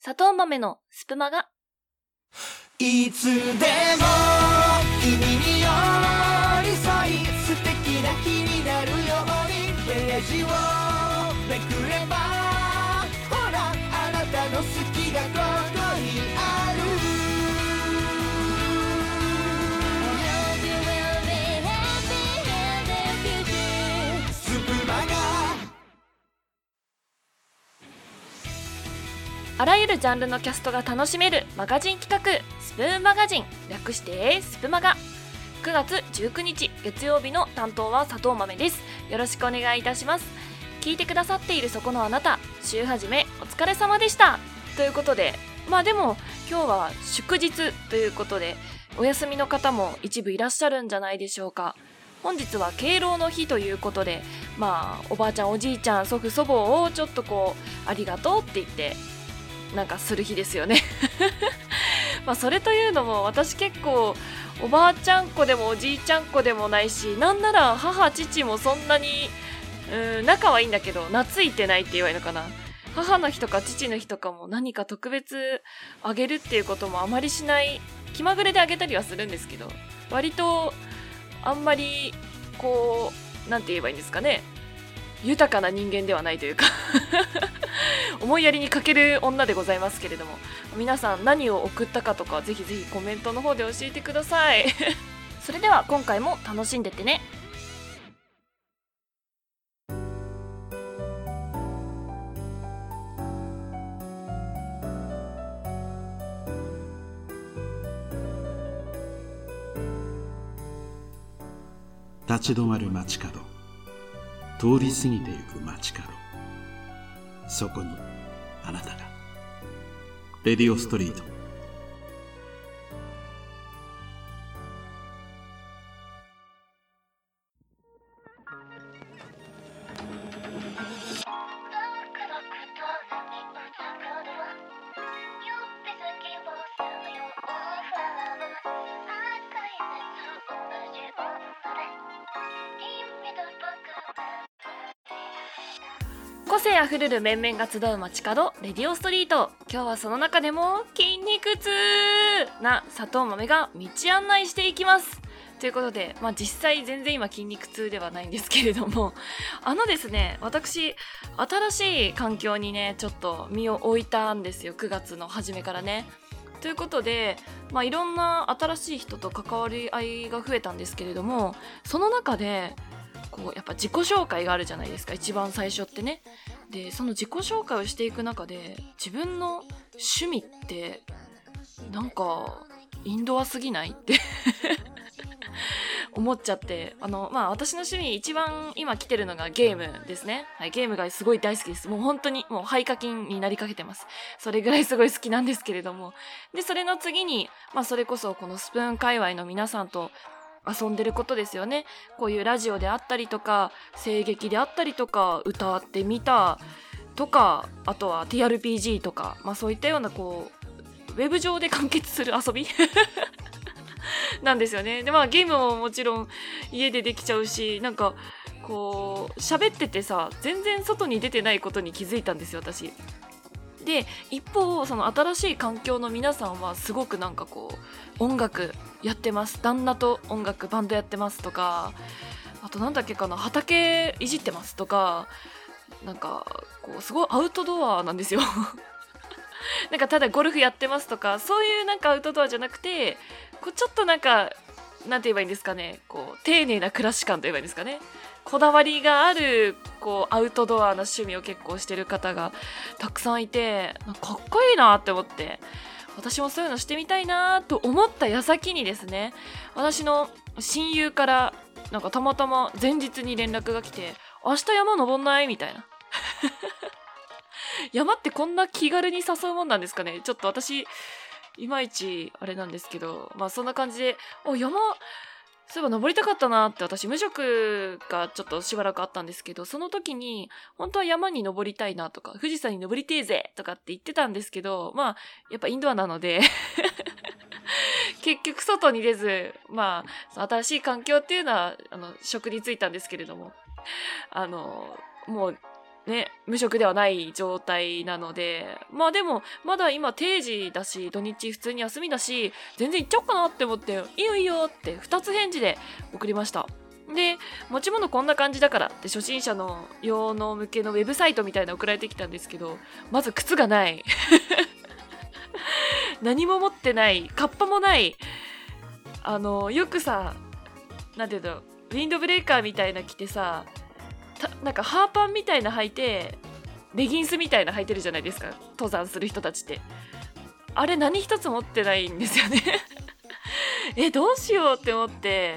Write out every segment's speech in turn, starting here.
砂糖豆のスプマガ。 いつでも君に寄り添い素敵な日になるようにページをめくればほらあなたの好きがここにあるスプマガ。 あらゆるジャンルのキャストが楽しめるマガジン企画、スプーンマガジン、略してスプマガ。9月19日月曜日の担当は砂糖豆です。よろしくお願いいたします。聞いてくださっているそこのあなた、週始めお疲れ様でしたということで、でも今日は祝日ということでお休みの方も一部いらっしゃるんじゃないでしょうか。本日は敬老の日ということで、おばあちゃんおじいちゃん祖父祖母をちょっとありがとうって言ってなんかする日ですよねそれというのも私結構おばあちゃん子でもおじいちゃん子でもないし、なんなら母父もそんなに仲はいいんだけど懐いてないって言われるのかな。母の日とか父の日とかも何か特別あげるっていうこともあまりしない、気まぐれであげたりはするんですけど、割とあんまりなんて言えばいいんですかね、豊かな人間ではないというか思いやりに欠ける女でございますけれども、皆さん何を送ったかとかぜひぜひコメントの方で教えてくださいそれでは今回も楽しんでってね。 立ち止まる街角、通り過ぎてゆく街角、そこにあなたが。レディオストリート。 個性あふれる面々が集う街角、レディオストリート。今日はその中でも筋肉痛な砂糖豆が道案内していきますということで、実際全然今筋肉痛ではないんですけれども、ですね、私新しい環境にねちょっと身を置いたんですよ、9月の初めからね。ということで、いろんな新しい人と関わり合いが増えたんですけれども、その中でやっぱ自己紹介があるじゃないですか、一番最初ってね。でその自己紹介をしていく中で、自分の趣味ってなんかインドアすぎないって思っちゃって、私の趣味一番今来てるのがゲームですね。はい、ゲームがすごい大好きです。もう本当にもう廃課金になりかけてます。それぐらいすごい好きなんですけれども、でそれの次にそれこそこのスプーン界隈の皆さんと遊んでることですよね。こういうラジオであったりとか声劇であったりとか歌ってみたとか、あとは TRPG とか、そういったようなウェブ上で完結する遊びなんですよね。でゲームももちろん家でできちゃうし、なんか喋っててさ、全然外に出てないことに気づいたんですよ、私。で一方その新しい環境の皆さんはすごくなんか音楽やってます、旦那と音楽バンドやってますとか、あとなんだっけかな、畑いじってますとか、なんかすごいアウトドアなんですよなんかただゴルフやってますとか、そういうなんかアウトドアじゃなくて、ちょっとなんかなんて言えばいいんですかね、丁寧な暮らし感と言えばいいんですかね、こだわりがあるアウトドアな趣味を結構してる方がたくさんいて、かっこいいなって思って、私もそういうのしてみたいなと思った矢先にですね、私の親友からなんかたまたま前日に連絡が来て、明日山登んないみたいな山ってこんな気軽に誘うもんなんですかね。ちょっと私いまいちあれなんですけど、そんな感じで、山そういえば登りたかったなって、私無職がちょっとしばらくあったんですけど、その時に本当は山に登りたいなとか、富士山に登りてえぜとかって言ってたんですけど、やっぱインドアなので結局外に出ず、新しい環境っていうのは職に就いたんですけれども、もうね、無職ではない状態なので、まあでも、まだ今定時だし、土日普通に休みだし、全然行っちゃおうかなって思って、いいよいいよって2つ返事で送りました。で、持ち物こんな感じだからって初心者の用の向けのウェブサイトみたいなの送られてきたんですけど、まず靴がない。何も持ってない。カッパもない。よくさ、なんていうの、ウィンドブレーカーみたいな着てさ、なんかハーパンみたいな履いてレギンスみたいな履いてるじゃないですか、登山する人たちって。あれ何一つ持ってないんですよね。どうしようって思って、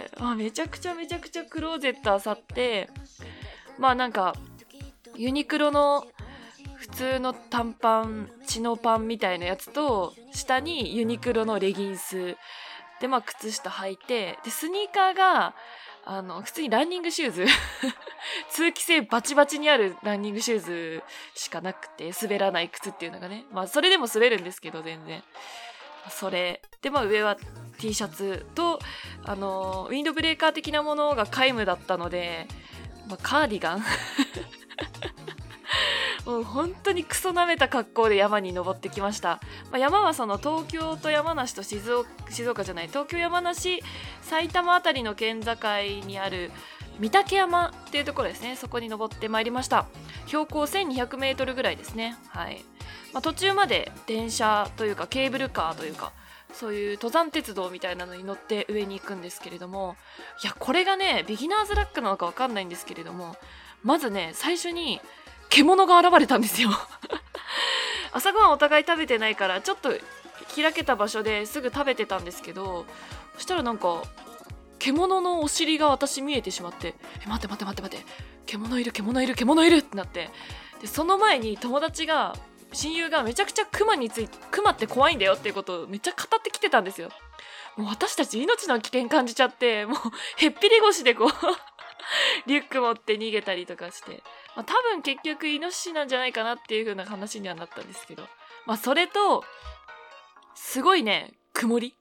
めちゃくちゃクローゼット漁って、まあなんかユニクロの普通の短パン、チノパンみたいなやつと、下にユニクロのレギンスで、まあ靴下履いて、でスニーカーが普通にランニングシューズ通気性バチバチにあるランニングシューズしかなくて、滑らない靴っていうのがね、まあそれでも滑るんですけど、全然それで、まあ上は T シャツとウィンドブレーカー的なものが皆無だったので、まあ、カーディガンもう本当にクソ舐めた格好で山に登ってきました。まあ、山はその東京と山梨と静岡じゃない、東京山梨埼玉あたりの県境にある御嶽山っていうところですね。そこに登ってまいりました。標高1200メートルぐらいですね。はい。まあ、途中まで電車というかケーブルカーというか、そういう登山鉄道みたいなのに乗って上に行くんですけれども、いやこれがねビギナーズラックなのか分かんないんですけれども、まずね最初に獣が現れたんですよ。朝ごはんお互い食べてないからちょっと開けた場所ですぐ食べてたんですけど、そしたらなんか獣のお尻が私見えてしまって、待って獣いるってなって、でその前に親友がめちゃくちゃクマって怖いんだよっていうことをめっちゃ語ってきてたんですよ。もう私たち命の危険感じちゃって、もうへっぴり腰でこうリュック持って逃げたりとかして、まあ、多分結局イノシシなんじゃないかなっていう風な話にはなったんですけど、まあそれとすごいね曇り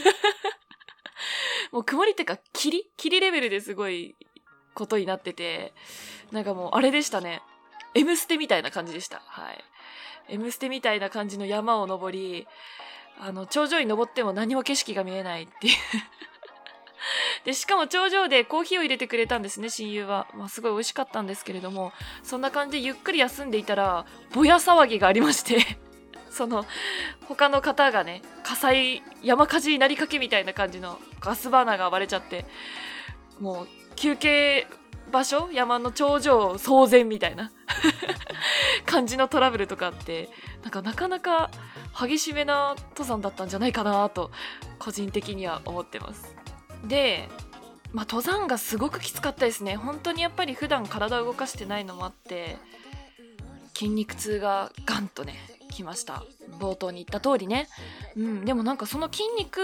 もう曇りってか霧レベルですごいことになってて、なんかもうあれでしたね、Mステみたいな感じでした。はい、Mステみたいな感じの山を登り、頂上に登っても何も景色が見えないっていうでしかも頂上でコーヒーを入れてくれたんですね、親友は。まあ、すごい美味しかったんですけれども、そんな感じでゆっくり休んでいたらぼや騒ぎがありましてその他の方がね山火事になりかけみたいな感じのガスバーナーが暴れちゃって、もう休憩場所山の頂上騒然みたいな感じのトラブルとかあって、なかなか激しめな登山だったんじゃないかなと個人的には思ってます。で、まあ、登山がすごくきつかったですね。本当にやっぱり普段体を動かしてないのもあって筋肉痛がガンとねきました。冒頭に言った通りね、でもその筋肉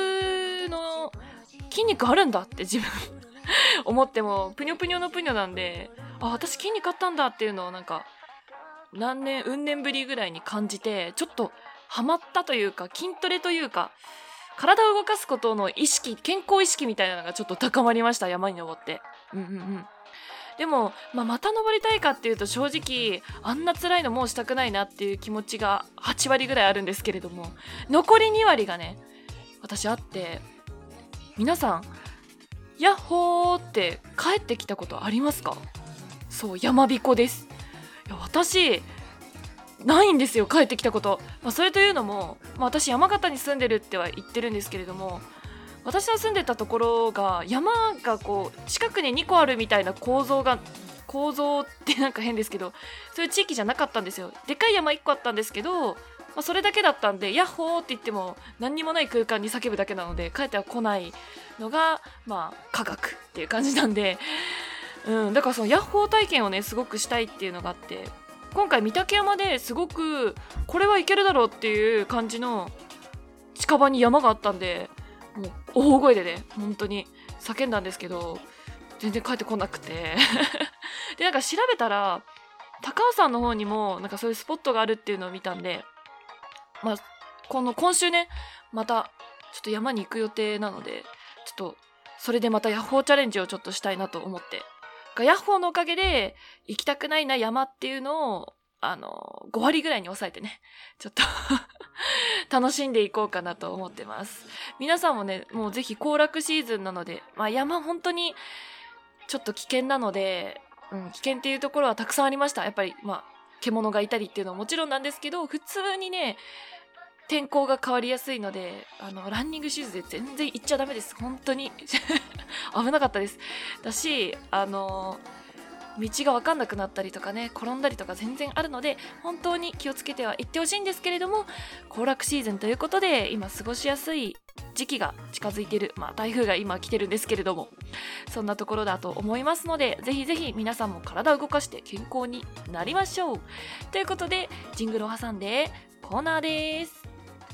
あるんだって自分思ってもぷにょぷにょのぷにょなんで、私筋肉あったんだっていうのをうん年ぶりぐらいに感じて、ちょっとハマったというか筋トレというか体を動かすことの健康意識みたいなのがちょっと高まりました、山に登って。でも、また登りたいかっていうと正直あんな辛いのもうしたくないなっていう気持ちが8割ぐらいあるんですけれども、残り2割がね私あって、皆さんヤッホーって帰ってきたことありますか？そう、山彦です。いや私ないんですよ、帰ってきたこと。それというのも、私山形に住んでるっては言ってるんですけれども、私の住んでたところが山がこう近くに2個あるみたいな構造って変ですけど、そういう地域じゃなかったんですよ。でかい山1個あったんですけど、それだけだったんでヤッホーって言っても何にもない空間に叫ぶだけなので帰っては来ないのが科学っていう感じなんで、だからそのヤッホー体験をねすごくしたいっていうのがあって、今回御嶽山ですごくこれはいけるだろうっていう感じの近場に山があったんで、もう大声でね本当に叫んだんですけど全然帰ってこなくてで調べたら高尾山の方にもそういうスポットがあるっていうのを見たんで、今週ねまたちょっと山に行く予定なので、ちょっとそれでまたヤッホーチャレンジをちょっとしたいなと思ってヤッホーのおかげで行きたくないな山っていうのを5割ぐらいに抑えてね、ちょっと楽しんでいこうかなと思ってます。皆さんもね、もうぜひ行楽シーズンなので、山本当にちょっと危険なので、危険っていうところはたくさんありました。やっぱり獣がいたりっていうのはもちろんなんですけど、普通にね、天候が変わりやすいので、ランニングシューズで全然行っちゃダメです。本当に危なかったです。だし、道が分かんなくなったりとかね、転んだりとか全然あるので、本当に気をつけては行ってほしいんですけれども、行楽シーズンということで今過ごしやすい時期が近づいている、台風が今来てるんですけれども、そんなところだと思いますので、ぜひぜひ皆さんも体を動かして健康になりましょうということで、ジングルを挟んでコーナーです。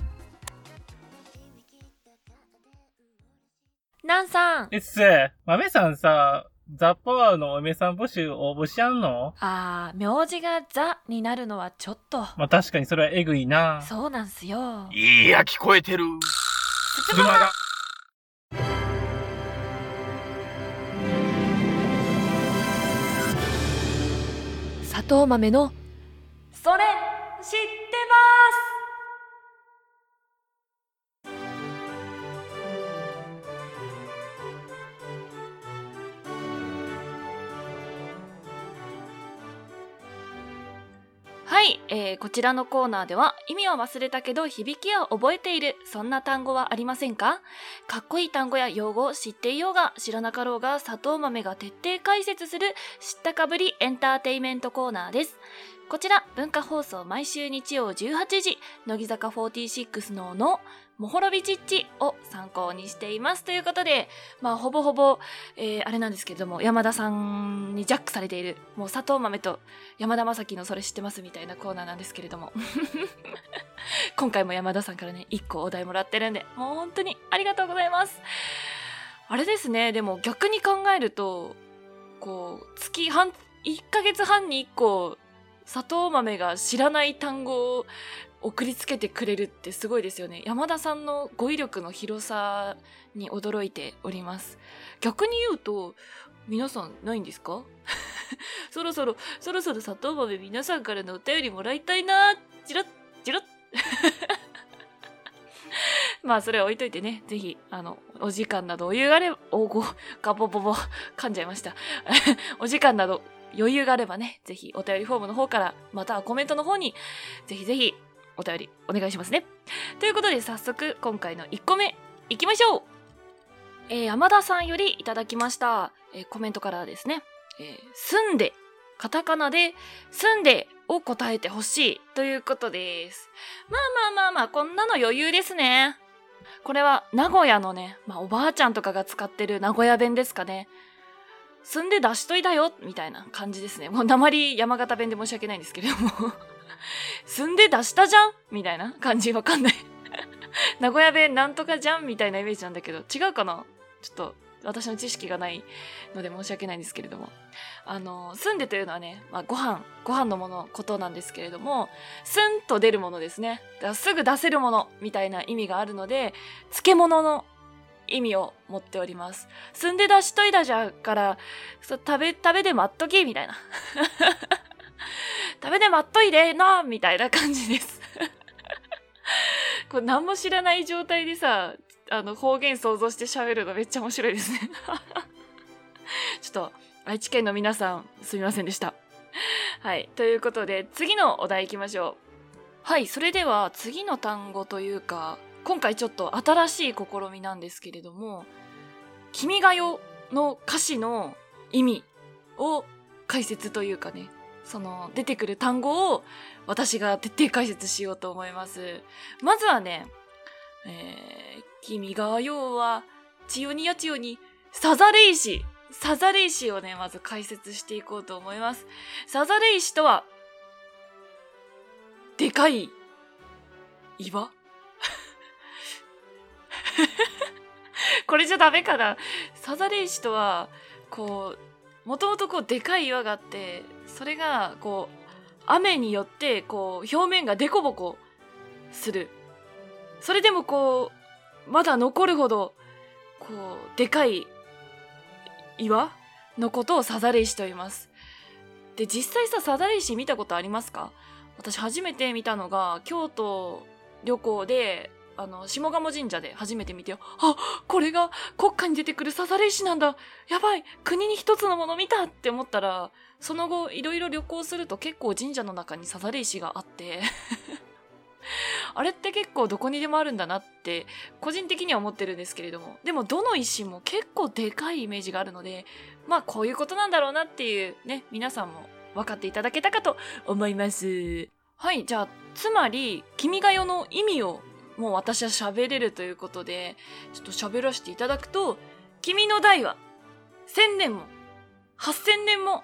なんさん、 豆さんさ、ザ・パワーのお嫁さん募集応募しやんの？ 名字がザになるのはちょっと。 確かにそれはえぐいな。 そうなんすよ。 いや、聞こえてる。 車が。 砂糖豆のそれ知ってます。はい、こちらのコーナーでは意味は忘れたけど響きは覚えている、そんな単語はありませんか？かっこいい単語や用語を知っていようが知らなかろうが、砂糖豆が徹底解説する知ったかぶりエンターテイメントコーナーです。こちら文化放送毎週日曜18時、乃木坂46のモホロビチッチを参考にしていますということで、ほぼほぼ、あれなんですけれども、山田さんにジャックされている、もう砂糖豆と山田正樹のそれ知ってますみたいなコーナーなんですけれども今回も山田さんからね1個お題もらってるんで、もう本当にありがとうございます。あれですね、でも逆に考えると1ヶ月半に1個砂糖豆が知らない単語を送りつけてくれるってすごいですよね。山田さんの語彙力の広さに驚いております。逆に言うと皆さんないんですか？そろそろ砂糖豆皆さんからのお便りもらいたいな。チラッチラッそれは置いといてね、ぜひお時間など余裕があれば、ガボボボ噛んじゃいましたお時間など余裕があればね、ぜひお便りフォームの方からまたはコメントの方にぜひぜひお便りお願いしますね。ということで早速今回の1個目いきましょう。山田さんよりいただきました、コメントからですね、住んで、カタカナで住んでを答えてほしいということです。こんなの余裕ですね。これは名古屋のね、おばあちゃんとかが使ってる名古屋弁ですかね。住んで出しといたよみたいな感じですね。もう鉛山形弁で申し訳ないんですけれども住んで出したじゃんみたいな感じ、わかんない名古屋弁なんとかじゃんみたいなイメージなんだけど、違うかな、ちょっと私の知識がないので申し訳ないんですけれども、住んでというのはね、ご飯のことなんですけれども、スンと出るものですね。だからすぐ出せるものみたいな意味があるので、漬物の意味を持っております。住んで出しといたじゃから食べで待っときみたいな食べで待っといでなみたいな感じですこれ何も知らない状態でさ、方言想像して喋るのめっちゃ面白いですねちょっと愛知県の皆さんすみませんでした。はい、ということで次のお題いきましょう。はい、それでは次の単語というか、今回ちょっと新しい試みなんですけれども、君が代の歌詞の意味を解説というかね、その出てくる単語を私が徹底解説しようと思います。まずはね、君が代は千代にや千代にさざれ石をね、まず解説していこうと思います。さざれ石とはでかい岩これじゃダメかな。さざれ石とはもともとでかい岩があって、それが雨によって表面がデコボコする。それでもまだ残るほどでかい岩のことをさざれ石と言います。で、実際さ、さざれ石見たことありますか？私初めて見たのが京都旅行で、下鴨神社で初めて見て、あ、これが国家に出てくるさざれ石なんだ、やばい、国に一つのもの見たって思ったら、その後いろいろ旅行すると結構神社の中にさざれ石があってあれって結構どこにでもあるんだなって個人的には思ってるんですけれども、でもどの石も結構でかいイメージがあるので、まあこういうことなんだろうなっていうね、皆さんも分かっていただけたかと思います。はい、じゃあつまり君が代の意味をもう私は喋れるということで、ちょっと喋らせていただくと、君の代は1000年も8000年も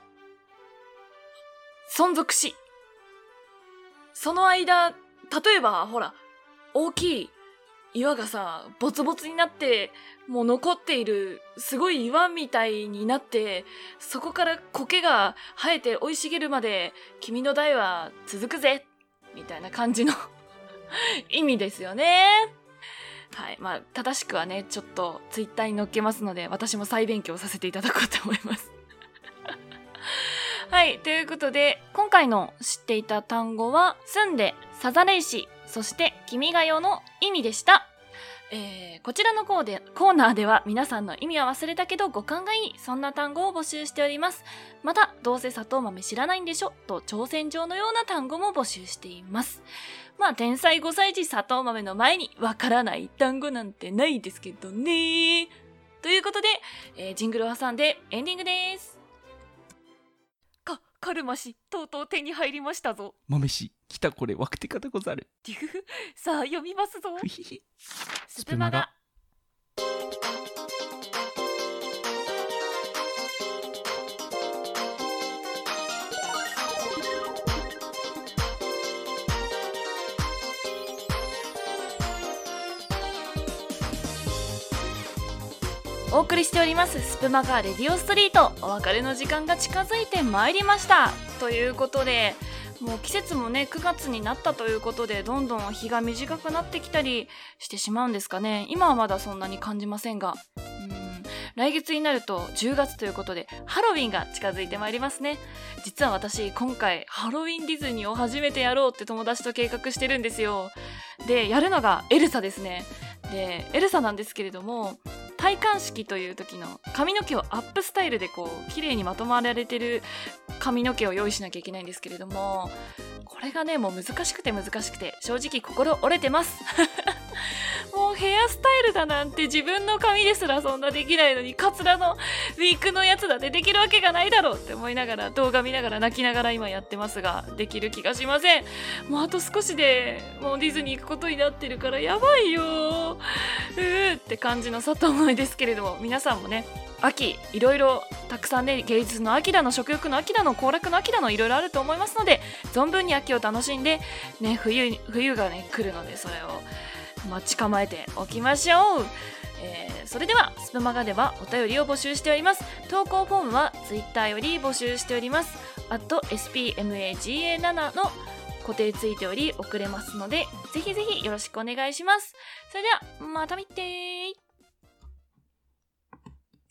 存続し、その間、例えばほら、大きい岩がさ、ボツボツになってもう残っているすごい岩みたいになって、そこから苔が生えて生い茂るまで君の代は続くぜみたいな感じの意味ですよね。はい。まあ正しくはね、ちょっとツイッターに載っけますので、私も再勉強させていただこうと思いますはい。ということで、今回の知っていた単語は、住んで、さざれ石、そして君が代の意味でした。こちらのコーナーでは皆さんの意味は忘れたけど語感がいい、そんな単語を募集しております。また、どうせ砂糖豆知らないんでしょと挑戦状のような単語も募集しています。まあ、天才5歳児砂糖豆の前にわからない単語なんてないですけどね。ということで、ジングルを挟んでエンディングです。カルマ氏、とうとう手に入りましたぞ。 豆氏、来たこれ、わくてかでござる。 さあ、読みますぞ。 スプマガ。 お送りしておりますスプマガレディオストリート、お別れの時間が近づいてまいりました。ということで、もう季節もね9月になったということで、どんどん日が短くなってきたりしてしまうんですかね。今はまだそんなに感じませんが、来月になると10月ということでハロウィンが近づいてまいりますね。実は私今回ハロウィンディズニーを初めてやろうって友達と計画してるんですよ。で、やるのがエルサですね。で、エルサなんですけれども、戴冠式という時の髪の毛をアップスタイルでこう綺麗にまとまられてる髪の毛を用意しなきゃいけないんですけれども、これがねもう難しくて正直心折れてますもうヘアスタイルだなんて自分の髪ですらそんなできないのに、カツラのウィークのやつだってできるわけがないだろうって思いながら、動画見ながら泣きながら今やってますが、できる気がしません。もうあと少しでもうディズニー行くことになってるからやばいよって感じの佐藤萌ですけれども、皆さんもね秋いろいろたくさんね、芸術の秋だの食欲の秋だの行楽の秋だのいろいろあると思いますので、存分に秋を楽しんでね、冬がね来るので、それを待ち構えておきましょう。それではスプマガではお便りを募集しております。投稿フォームはツイッターより募集しております。@spmaga7 の固定ツイートより送れますので、ぜひぜひよろしくお願いします。それではまた見てー。